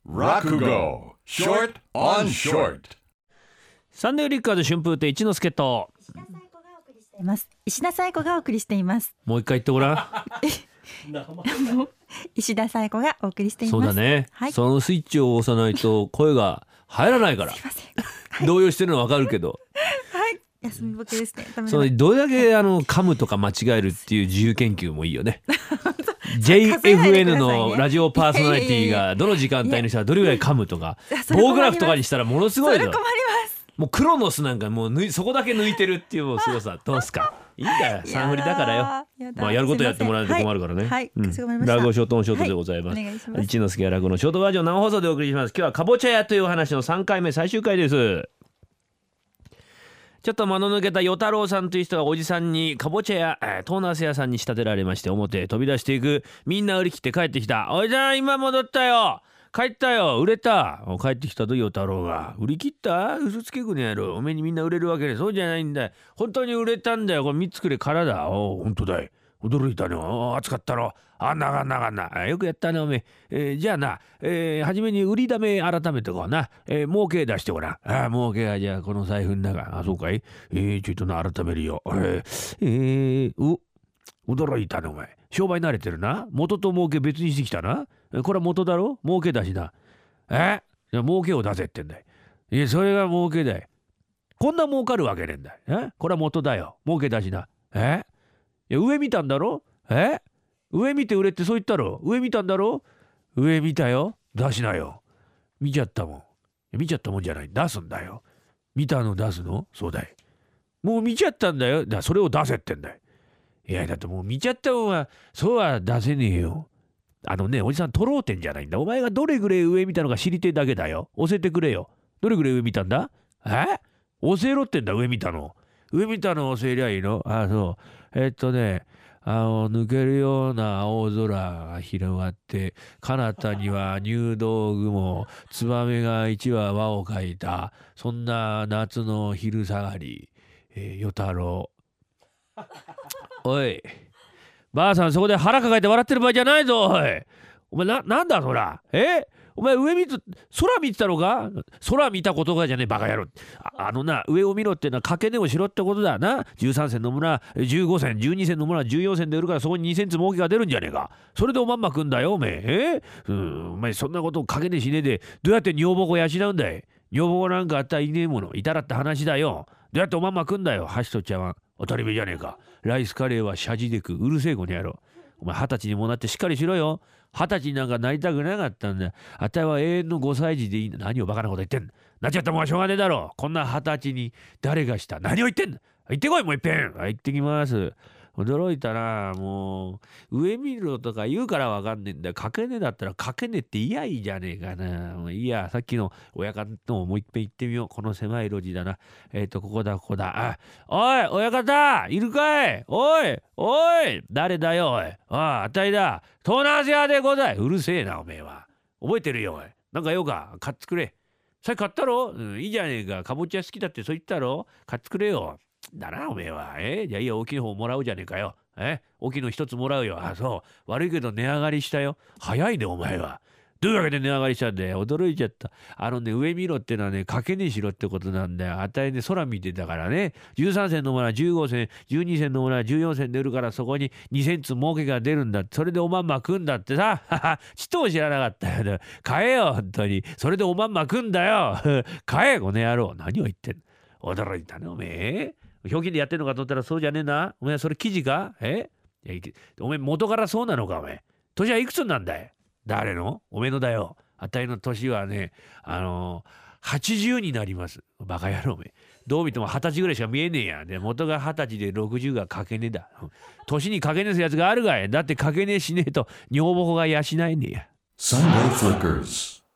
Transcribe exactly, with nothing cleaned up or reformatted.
落語 Short on Short。 サンデーリッカーズ春風亭一之輔と石田紗友子がお送りしています。 もう一回言ってごらん石田紗友子がお送りしています。 そうだね、 はい、 そのスイッチを押さないと声が入らないからすいません、はい、 動揺してるの分かるけどはい休みボケですね。 そのどれだけあの噛むとか間違えるっていう自由研究もいいよねジェイエフエヌ のラジオパーソナリティがどの時間帯の人はどれぐらい噛むとか棒グラフとかにしたらものすごいぞ。 それ困ります。もうクロノスなんかもう抜いそこだけ抜いてるっていうもうすごさどうすか。いいんだよサンフリだからよ。まあやることやってもらわないと困るからね。 はい、 うん、 かしこまりました。 落語ショートオンショートでございます。 はい、お願いします。 一之輔落語のショートバージョン生放送でお送りします。今日はかぼちゃ屋という話のさんかいめ最終回です。ちょっと間の抜けた与太郎さんという人がおじさんにかぼちゃ屋トーナース屋さんに仕立てられまして、表へ飛び出していく。みんな売り切って帰ってきた。おいちゃん今戻ったよ、帰ったよ、売れた。帰ってきたと与太郎が。売り切った？嘘つけくねやろ。おめえにみんな売れるわけでそうじゃないんだよ。本当に売れたんだよ。これみっつくれからだ。お本当だい。驚いたね。暑かったろ。あんながんながんな。よくやったねおめえ。えー、じゃあな、えー、初めに売りだめ改めてこうな。えー、儲け出してごらん。ああ儲けはじゃあこの財布の中。あそうかい。えー、ちょっとな改めるよ。えー、えー、う驚いたねお前。商売慣れてるな。元と儲け別にしてきたな。これは元だろ。儲けだしな。えいや儲けを出せってんだい。いやそれが儲けだい。こんな儲かるわけねえんだい。えこれは元だよ。儲けだしな。えいや上見たんだろ。え上見て売れってそう言ったろ。上見たんだろ。上見たよ。出しなよ。見ちゃったもん。見ちゃったもんじゃない。出すんだよ。見たの出すの。そうだい。もう見ちゃったんだよ。だそれを出せってんだい。いやだってもう見ちゃったもんはそうは出せねえよ。あのねおじさん取ろうてんじゃないんだ。お前がどれぐらい上見たのか知りてえだけだよ。教えてくれよ。どれぐらい上見たんだ。え教えろってんだ。上見たの。上見たの教えりゃいいの。ああそう。えっとねあの抜けるような青空が広がって彼方には入道雲、ツバメが一羽輪をかいたそんな夏の昼下がり。えー、与太郎おいばあさんそこで腹抱えて笑ってる場合じゃないぞ。おいお前な、なんだそら。えお前上見て空見てたのか。空見たことがじゃねえバカ野郎。 あ, あのな上を見ろってのは掛け値をしろってことだな。じゅうさん銭の村じゅうご銭、じゅうに銭の村じゅうよん銭で売るからそこににセンツ儲けが出るんじゃねえか。それでおまんまくんだよおめえ。えうんお前そんなことを掛け値しねえでどうやって女房子養うんだい。女房子なんかあったらいねえものいたらって話だよ。どうやっておまんまくんだよ。箸と茶碗当たり前じゃねえか。ライスカレーはシャジでくうるせえ子にやろう。お前二十歳にもなってしっかりしろよ。二十歳になんかなりたくなかったんだ。あたいは永遠のごさい児でいいんだ。何をバカなこと言ってんの。なっちゃったもんはしょうがねえだろ。こんな二十歳に誰がした。何を言ってんの。行ってこいもういっぺん。行ってきます。驚いたな。もう上見ろとか言うからわかんねえんだよ。かけねえだったらかけねえって言やいいじゃねえかな。もういいやさっきの親方のもういっぺん行ってみよう。この狭い路地だな。えっとここだここだ。あおい親方いるかい。おいおい誰だよおい。あああたいだ東南アジアでござい。うるせえなおめえは。覚えてるよおい。なんかよか買ってくれ。さっき買ったろ、うん、いいじゃねえか。かぼちゃ好きだってそう言ったろ。買ってくれよ。だなおめえは。えじゃあいいよ大きい方もらうじゃねえかよ。え大きいの一つもらうよ。あそう悪いけど値上がりしたよ。早いねお前は。どういうわけで値上がりしたんだよ。驚いちゃった。あのね上見ろってのはねかけねえしろってことなんだよ。あたいね空見てたからね。じゅうさん銭のものはじゅうご銭、じゅうに銭のものはじゅうよん銭出るからそこににセンツ儲けが出るんだ。それでおまんま食うんだってさ。ちっとも知らなかったよ。買えよ本当に。それでおまんま食うんだよ。買えこの野郎。何を言ってんの。驚いたねおめえ。表記でやってんのかと思ったらそうじゃねえな。お前それ記事か。えいやお前元からそうなのかお前。年はいくつなんだい。誰の。おめえのだよ。あたいの年はねあのー、はちじゅうになります。バカ野郎おめえ。どう見てもはたちぐらいしか見えねえや。で元がはたちでろくじゅうがかけねえだ。年にかけねえすやつがあるがい。だってかけねえしねえと女房子が養えねえや。 Sunday Flickers